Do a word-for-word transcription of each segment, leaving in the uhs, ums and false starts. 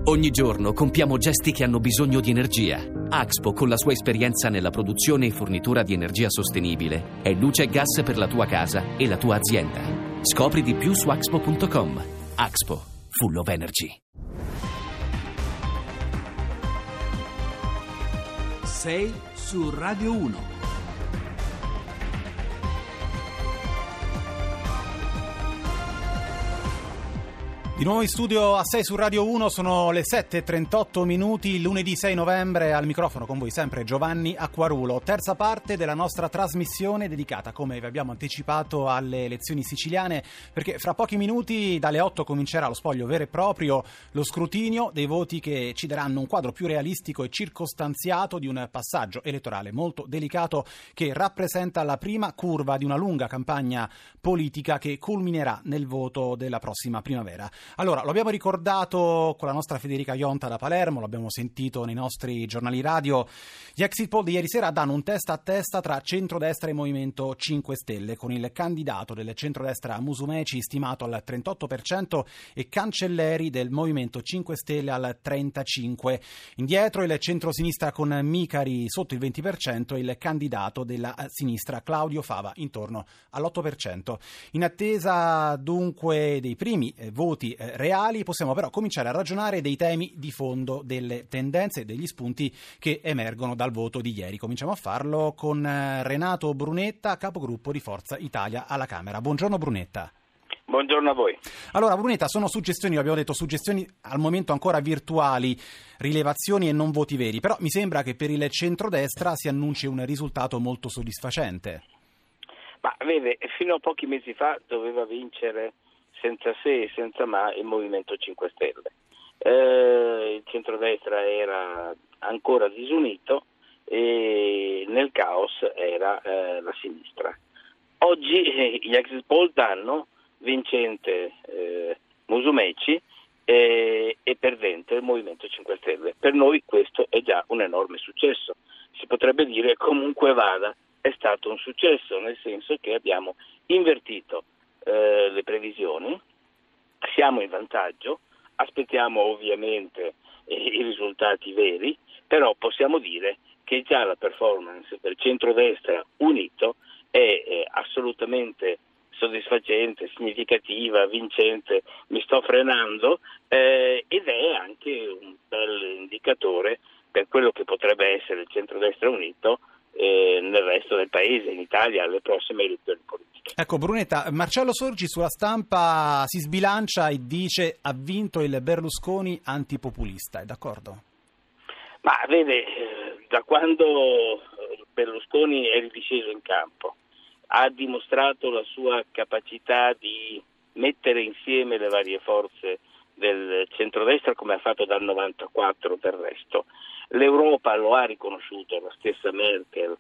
Ogni giorno compiamo gesti che hanno bisogno di energia. Axpo, con la sua esperienza nella produzione e fornitura di energia sostenibile, è luce e gas per la tua casa e la tua azienda. Scopri di più su axpo punto com. Axpo, full of energy. sei su Radio uno. Di nuovo in studio a sei su Radio uno, sono le sette e trentotto minuti, lunedì sei novembre, al microfono con voi sempre Giovanni Acquarulo. Terza parte della nostra trasmissione dedicata, come vi abbiamo anticipato, alle elezioni siciliane, perché fra pochi minuti dalle otto comincerà lo spoglio vero e proprio, lo scrutinio dei voti che ci daranno un quadro più realistico e circostanziato di un passaggio elettorale molto delicato che rappresenta la prima curva di una lunga campagna politica che culminerà nel voto della prossima primavera. Allora, lo abbiamo ricordato con la nostra Federica Ionta da Palermo, l'abbiamo sentito nei nostri giornali radio. Gli exit poll di ieri sera danno un testa a testa tra centrodestra e Movimento cinque Stelle, con il candidato del centrodestra Musumeci stimato al trentotto per cento e Cancelleri del Movimento cinque Stelle al trentacinque per cento. Indietro il centrosinistra con Micari sotto il venti per cento e il candidato della sinistra Claudio Fava intorno all'otto per cento. In attesa dunque dei primi eh, voti eh, reali, possiamo però cominciare a ragionare dei temi di fondo, delle tendenze e degli spunti che emergono dal voto di ieri. Cominciamo a farlo con eh, Renato Brunetta, capogruppo di Forza Italia alla Camera. Buongiorno Brunetta. Buongiorno a voi. Allora Brunetta, sono suggestioni, abbiamo detto suggestioni al momento ancora virtuali, rilevazioni e non voti veri, però mi sembra che per il centrodestra si annunci un risultato molto soddisfacente. Ma vede, fino a pochi mesi fa doveva vincere senza se e senza ma il Movimento cinque Stelle. Eh, il centrodestra era ancora disunito e nel caos era eh, la sinistra. Oggi eh, gli exit poll danno vincente eh, Musumeci eh, e perdente il Movimento cinque Stelle. Per noi questo è già un enorme successo. Si potrebbe dire comunque vada, è stato un successo, nel senso che abbiamo invertito eh, le previsioni, siamo in vantaggio, aspettiamo ovviamente eh, i risultati veri, però possiamo dire che già la performance del centrodestra unito è eh, assolutamente soddisfacente, significativa, vincente, mi sto frenando eh, ed è anche un bel indicatore per quello che potrebbe essere il centrodestra unito eh, nel resto del paese, in Italia, alle prossime elezioni politiche. Ecco Brunetta, Marcello Sorgi sulla stampa si sbilancia e dice ha vinto il Berlusconi antipopulista, è d'accordo? Ma vede, da quando Berlusconi è ridisceso in campo, ha dimostrato la sua capacità di mettere insieme le varie forze del centrodestra come ha fatto dal novantaquattro del resto. L'Europa lo ha riconosciuto, la stessa Merkel,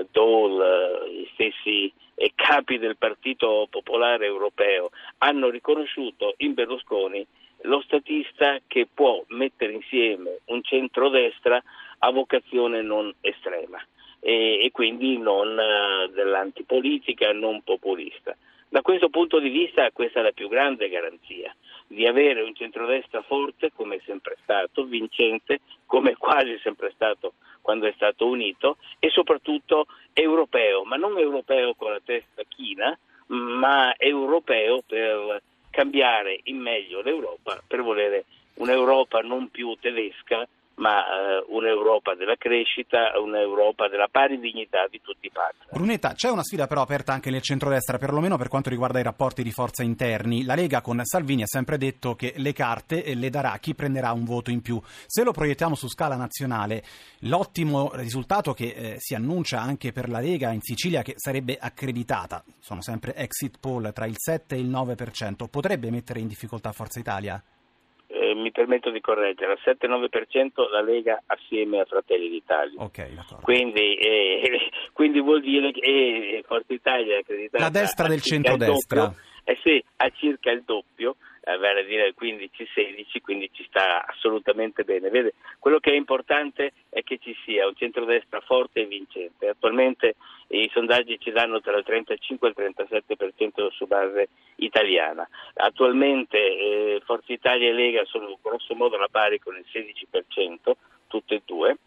Daul, gli stessi capi del Partito Popolare Europeo hanno riconosciuto in Berlusconi lo statista che può mettere insieme un centrodestra a vocazione non estrema e, e quindi non uh, dell'antipolitica, non populista. Da questo punto di vista questa è la più grande garanzia di avere un centrodestra forte come è sempre stato, vincente come è quasi sempre stato quando è stato unito e soprattutto europeo, ma non europeo con la testa china, ma europeo per cambiare in meglio l'Europa, per volere un'Europa non più tedesca, ma eh, un'Europa della crescita, un'Europa della pari dignità di tutti i partner. Brunetta, c'è una sfida però aperta anche nel centrodestra, perlomeno per quanto riguarda i rapporti di forza interni. La Lega con Salvini ha sempre detto che le carte le darà chi prenderà un voto in più. Se lo proiettiamo su scala nazionale, l'ottimo risultato che eh, si annuncia anche per la Lega in Sicilia, che sarebbe accreditata, sono sempre exit poll, tra il sette e il nove per cento, potrebbe mettere in difficoltà Forza Italia? Eh, mi permetto di correggere, al sette nove per cento la Lega assieme a Fratelli d'Italia. Ok, d'accordo. Quindi, eh, quindi vuol dire che eh, Forza Italia è accreditata la destra del centrodestra. E se ha circa il doppio, eh, vale a dire quindici sedici, quindi ci sta assolutamente bene. Vede, quello che è importante è che ci sia un centrodestra forte e vincente. Attualmente i sondaggi ci danno tra il trentacinque e il trentasette per cento su base italiana. Attualmente eh, Forza Italia e Lega sono grosso modo alla pari con il sedici per cento, tutte e due,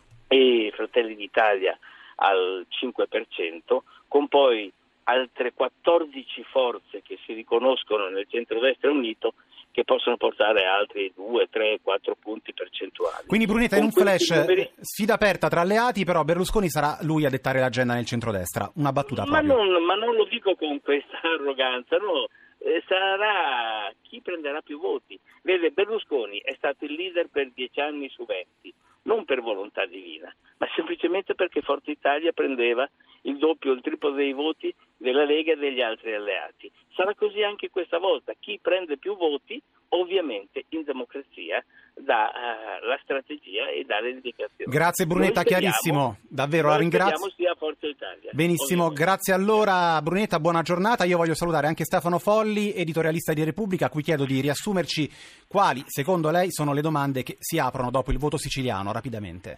e Fratelli d'Italia al cinque per cento, con poi altre quattordici forze che si riconoscono nel centrodestra unito che possono portare altri due, tre, quattro punti percentuali. Quindi Brunetta, in un flash, numeri... sfida aperta tra alleati, però Berlusconi sarà lui a dettare l'agenda nel centrodestra. Una battuta ma proprio. Non, ma non lo dico con questa arroganza, no. Eh, sarà chi prenderà più voti. Vede, Berlusconi è stato il leader per dieci anni su venti, non per volontà divina, ma semplicemente perché Forza Italia prendeva il doppio o il triplo dei voti della Lega e degli altri alleati. Sarà così anche questa volta. Chi prende più voti, ovviamente in democrazia, dà uh, la strategia e dà le indicazioni. Grazie Brunetta, speriamo, chiarissimo. Davvero, la ringrazio. Sia Forza Italia. Benissimo, ovviamente. Grazie allora Brunetta, buona giornata. Io voglio salutare anche Stefano Folli, editorialista di Repubblica, a cui chiedo di riassumerci quali, secondo lei, sono le domande che si aprono dopo il voto siciliano, rapidamente.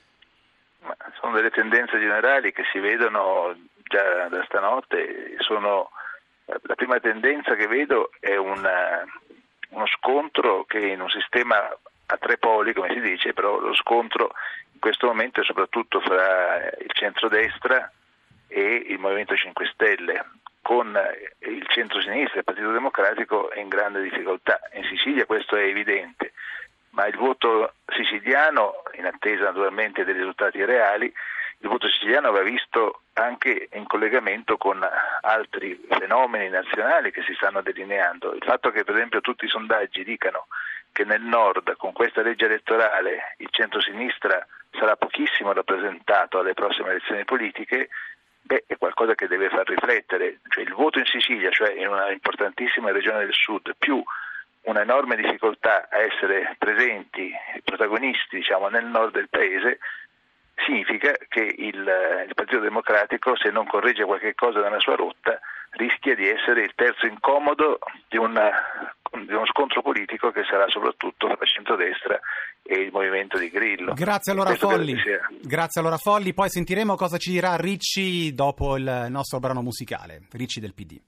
Ma sono delle tendenze generali che si vedono già da stanotte. Sono, la prima tendenza che vedo è una, uno scontro che in un sistema a tre poli, come si dice, però lo scontro in questo momento è soprattutto fra il centrodestra e il Movimento cinque Stelle, con il centro-sinistra, il Partito Democratico è in grande difficoltà. In Sicilia questo è evidente, ma il voto siciliano, in attesa naturalmente dei risultati reali, il voto siciliano va visto anche in collegamento con altri fenomeni nazionali che si stanno delineando. Il fatto che per esempio tutti i sondaggi dicano che nel nord con questa legge elettorale il centro-sinistra sarà pochissimo rappresentato alle prossime elezioni politiche, beh, è qualcosa che deve far riflettere. Cioè, il voto in Sicilia, cioè in una importantissima regione del sud, più una enorme difficoltà a essere presenti, protagonisti, diciamo, nel nord del paese, significa che il, il Partito Democratico, se non corregge qualche cosa nella sua rotta, rischia di essere il terzo incomodo di, una, di uno scontro politico che sarà soprattutto tra centrodestra e il movimento di Grillo. Grazie allora Folli. Grazie allora Folli. Poi sentiremo cosa ci dirà Ricci dopo il nostro brano musicale. Ricci del P D.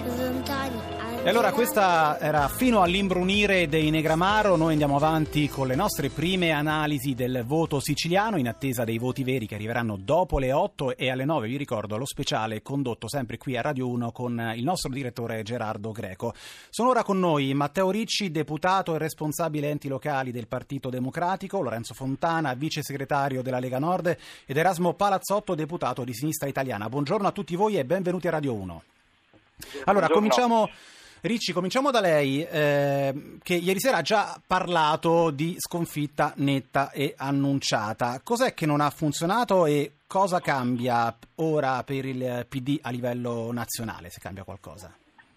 E allora questa era Fino all'imbrunire dei Negramaro. Noi andiamo avanti con le nostre prime analisi del voto siciliano in attesa dei voti veri che arriveranno dopo le otto e alle nove, vi ricordo, lo speciale condotto sempre qui a Radio uno con il nostro direttore Gerardo Greco. Sono ora con noi Matteo Ricci, deputato e responsabile enti locali del Partito Democratico, Lorenzo Fontana, vice segretario della Lega Nord, ed Erasmo Palazzotto, deputato di Sinistra Italiana. Buongiorno a tutti voi e benvenuti a Radio uno. Allora, Buongiorno. cominciamo... Ricci, cominciamo da lei, eh, che ieri sera ha già parlato di sconfitta netta e annunciata. Cos'è che non ha funzionato e cosa cambia ora per il P D a livello nazionale, se cambia qualcosa?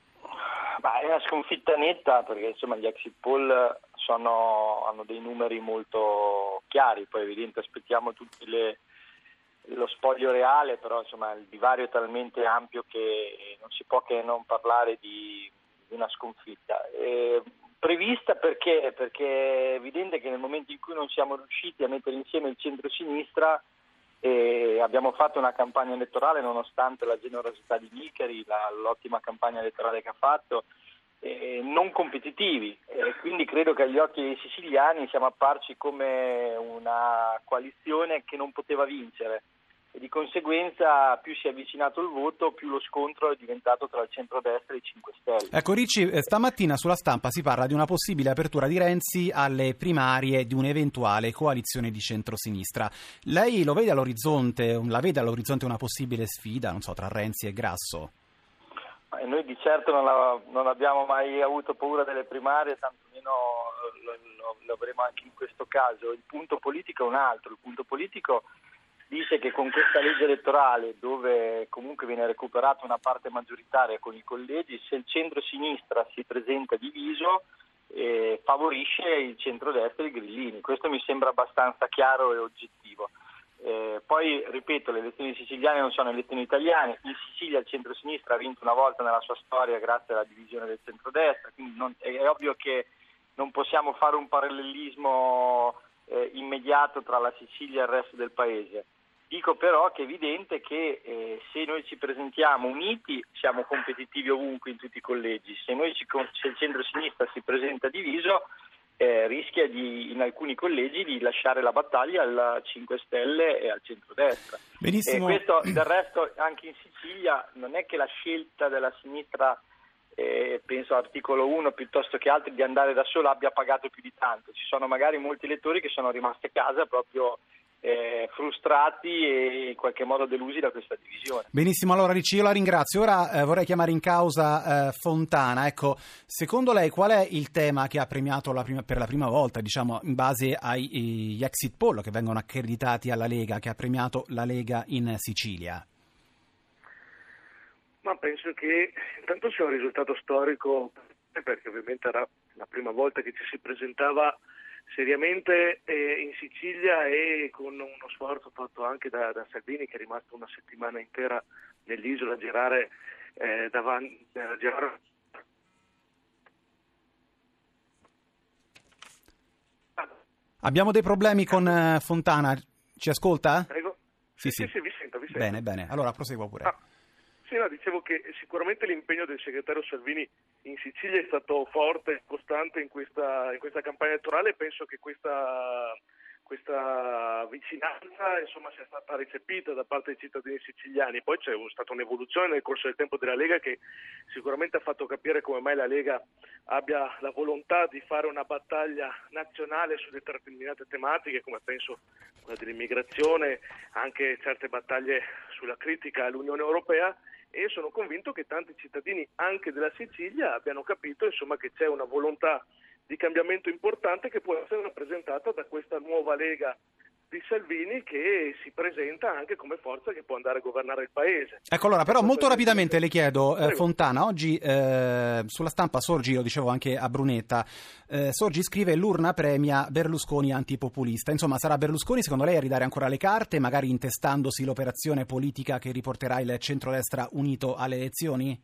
Ma è una sconfitta netta perché insomma gli exit poll sono, hanno dei numeri molto chiari, poi è evidente aspettiamo tutti le, lo spoglio reale, però insomma il divario è talmente ampio che non si può che non parlare di una sconfitta eh, prevista perché perché è evidente che nel momento in cui non siamo riusciti a mettere insieme il centro-sinistra eh, abbiamo fatto una campagna elettorale nonostante la generosità di Micari, la, l'ottima campagna elettorale che ha fatto, eh, non competitivi, eh, quindi credo che agli occhi dei siciliani siamo apparsi come una coalizione che non poteva vincere. E di conseguenza più si è avvicinato il voto, più lo scontro è diventato tra il centrodestra e i cinque Stelle. Ecco Ricci, stamattina sulla stampa si parla di una possibile apertura di Renzi alle primarie di un'eventuale coalizione di centrosinistra. Lei lo vede all'orizzonte, la vede all'orizzonte una possibile sfida, non so, tra Renzi e Grasso? E noi di certo non, la, non abbiamo mai avuto paura delle primarie, tantomeno lo, lo, lo avremo anche in questo caso. Il punto politico è un altro, il punto politico dice che con questa legge elettorale, dove comunque viene recuperata una parte maggioritaria con i collegi, se il centro-sinistra si presenta diviso, eh, favorisce il centrodestra e i grillini. Questo mi sembra abbastanza chiaro e oggettivo. Eh, poi, ripeto, le elezioni siciliane non sono elezioni italiane. In Sicilia il centro-sinistra ha vinto una volta nella sua storia grazie alla divisione del centrodestra, quindi non, è, è ovvio che non possiamo fare un parallelismo eh, immediato tra la Sicilia e il resto del paese. Dico però che è evidente che eh, se noi ci presentiamo uniti siamo competitivi ovunque in tutti i collegi, se, noi ci, se il centro-sinistra si presenta diviso eh, rischia di, in alcuni collegi di lasciare la battaglia al cinque Stelle e al centrodestra. Benissimo. E questo del resto anche in Sicilia non è che la scelta della sinistra, eh, penso all'articolo uno piuttosto che altri, di andare da sola abbia pagato più di tanto. Ci sono magari molti elettori che sono rimasti a casa proprio Eh, frustrati e in qualche modo delusi da questa divisione. Benissimo, allora Ricci, io la ringrazio. Ora eh, vorrei chiamare in causa eh, Fontana. Ecco, secondo lei qual è il tema che ha premiato la prima, per la prima volta, diciamo, in base agli exit poll che vengono accreditati alla Lega, che ha premiato la Lega in Sicilia? Ma penso che intanto sia un risultato storico, perché ovviamente era la prima volta che ci si presentava seriamente eh, in Sicilia, e con uno sforzo fatto anche da, da Salvini, che è rimasto una settimana intera nell'isola a girare eh, davanti a girare. Abbiamo dei problemi con eh, Fontana, ci ascolta? Prego? Sì, sì, sì, sì, vi sento, vi sento. Bene, bene, allora proseguo pure. Ah. Sì, no, dicevo che sicuramente l'impegno del segretario Salvini in Sicilia è stato forte e costante in questa, in questa campagna elettorale, e penso che questa, questa vicinanza insomma sia stata recepita da parte dei cittadini siciliani. Poi c'è stata un'evoluzione nel corso del tempo della Lega, che sicuramente ha fatto capire come mai la Lega abbia la volontà di fare una battaglia nazionale su determinate tematiche, come penso quella dell'immigrazione, anche certe battaglie sulla critica all'Unione Europea. E sono convinto che tanti cittadini anche della Sicilia abbiano capito insomma che c'è una volontà di cambiamento importante che può essere rappresentata da questa nuova Lega di Salvini, che si presenta anche come forza che può andare a governare il paese. Ecco, allora, però molto rapidamente le chiedo, eh, Prego. Fontana, oggi eh, sulla stampa Sorgi, lo dicevo anche a Brunetta, eh, Sorgi scrive: l'urna premia Berlusconi antipopulista. Insomma, sarà Berlusconi secondo lei a ridare ancora le carte, magari intestandosi l'operazione politica che riporterà il centrodestra unito alle elezioni?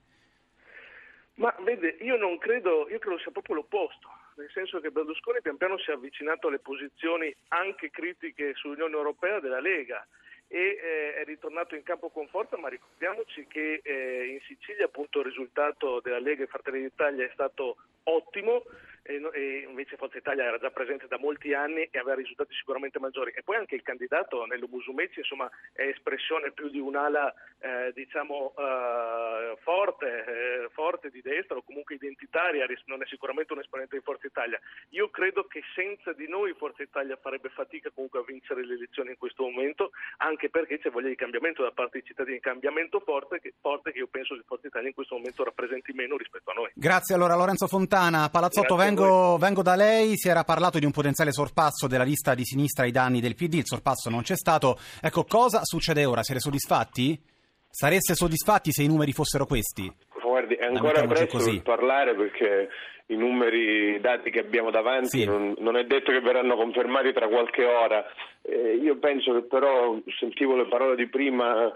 Ma vede, io non credo, io credo sia proprio l'opposto, nel senso che Berlusconi pian piano si è avvicinato alle posizioni anche critiche sull'Unione Europea della Lega e eh, è ritornato in campo con forza, ma ricordiamoci che eh, in Sicilia appunto il risultato della Lega e Fratelli d'Italia è stato ottimo, e, e invece Forza Italia era già presente da molti anni e aveva risultati sicuramente maggiori. E poi anche il candidato Nello Musumeci insomma è espressione più di un'ala eh, diciamo eh, forte eh, forte di destra, o comunque identitaria, non è sicuramente un esponente di Forza Italia. Io credo che senza di noi Forza Italia farebbe fatica comunque a vincere le elezioni in questo momento, anche perché c'è voglia di cambiamento da parte dei cittadini, cambiamento forte che, forte che io penso che Forza Italia in questo momento rappresenti meno rispetto a noi. Grazie. Allora Lorenzo Fontana, Palazzotto, vengo, vengo da lei. Si era parlato di un potenziale sorpasso della lista di sinistra ai danni del P D, il sorpasso non c'è stato. Ecco, cosa succede ora? Siete soddisfatti? Sareste soddisfatti se i numeri fossero questi? Guardi, è ancora presto per parlare, perché i numeri, i dati che abbiamo davanti sì. non, non è detto che verranno confermati tra qualche ora. Eh, io penso che però, sentivo le parole di prima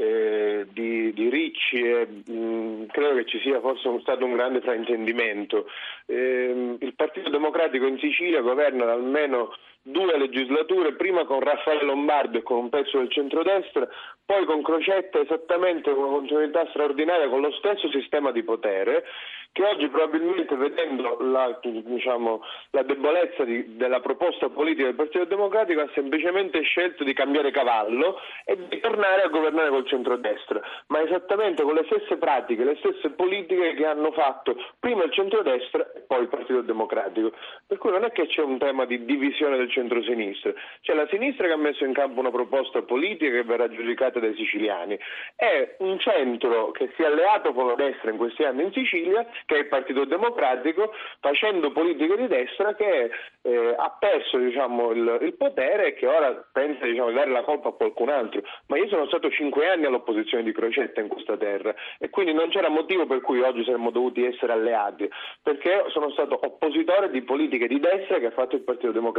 eh, di, di Ricci e mh, credo che ci sia forse stato un grande fraintendimento. Eh, il Partito Democratico in Sicilia governa da almeno due legislature, prima con Raffaele Lombardo e con un pezzo del centrodestra, poi con Crocetta esattamente con una continuità straordinaria con lo stesso sistema di potere, che oggi probabilmente, vedendo la, diciamo, la debolezza di, della proposta politica del Partito Democratico, ha semplicemente scelto di cambiare cavallo e di tornare a governare col centrodestra, ma esattamente con le stesse pratiche, le stesse politiche che hanno fatto prima il centrodestra e poi il Partito Democratico. Per cui non è che c'è un tema di divisione del centrosinistra, c'è la sinistra che ha messo in campo una proposta politica che verrà giudicata dai siciliani, è un centro che si è alleato con la destra in questi anni in Sicilia, che è il Partito Democratico, facendo politiche di destra, che eh, ha perso diciamo, il, il potere e che ora pensa diciamo, di dare la colpa a qualcun altro. Ma io sono stato cinque anni all'opposizione di Crocetta in questa terra e quindi non c'era motivo per cui oggi saremmo dovuti essere alleati, perché sono stato oppositore di politiche di destra che ha fatto il Partito Democratico in Sicilia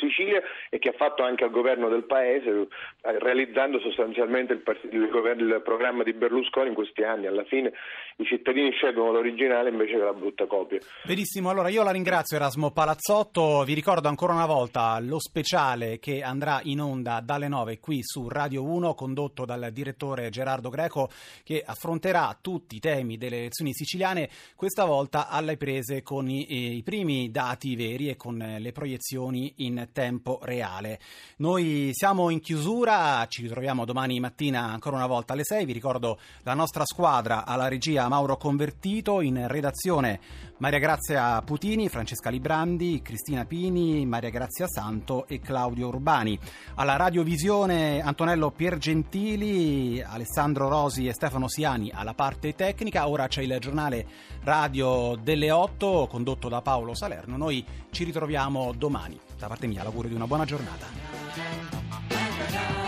Sicilia e che ha fatto anche al governo del paese, realizzando sostanzialmente il, part- il, il programma di Berlusconi in questi anni. Alla fine i cittadini scelgono l'originale invece che la brutta copia. Benissimo, allora io la ringrazio Erasmo Palazzotto, vi ricordo ancora una volta lo speciale che andrà in onda dalle nove qui su Radio uno, condotto dal direttore Gerardo Greco, che affronterà tutti i temi delle elezioni siciliane, questa volta alle prese con i, i primi dati veri e con le proiezioni in tempo reale. Noi siamo in chiusura, ci ritroviamo domani mattina ancora una volta alle sei, vi ricordo la nostra squadra: alla regia Mauro Convertito, in redazione Maria Grazia Putini, Francesca Librandi, Cristina Pini, Maria Grazia Santo e Claudio Urbani. Alla radiovisione Antonello Piergentili, Alessandro Rosi e Stefano Siani alla parte tecnica. Ora c'è il giornale radio delle otto condotto da Paolo Salerno. Noi ci ritroviamo domani. Da parte mia l'augurio di una buona giornata.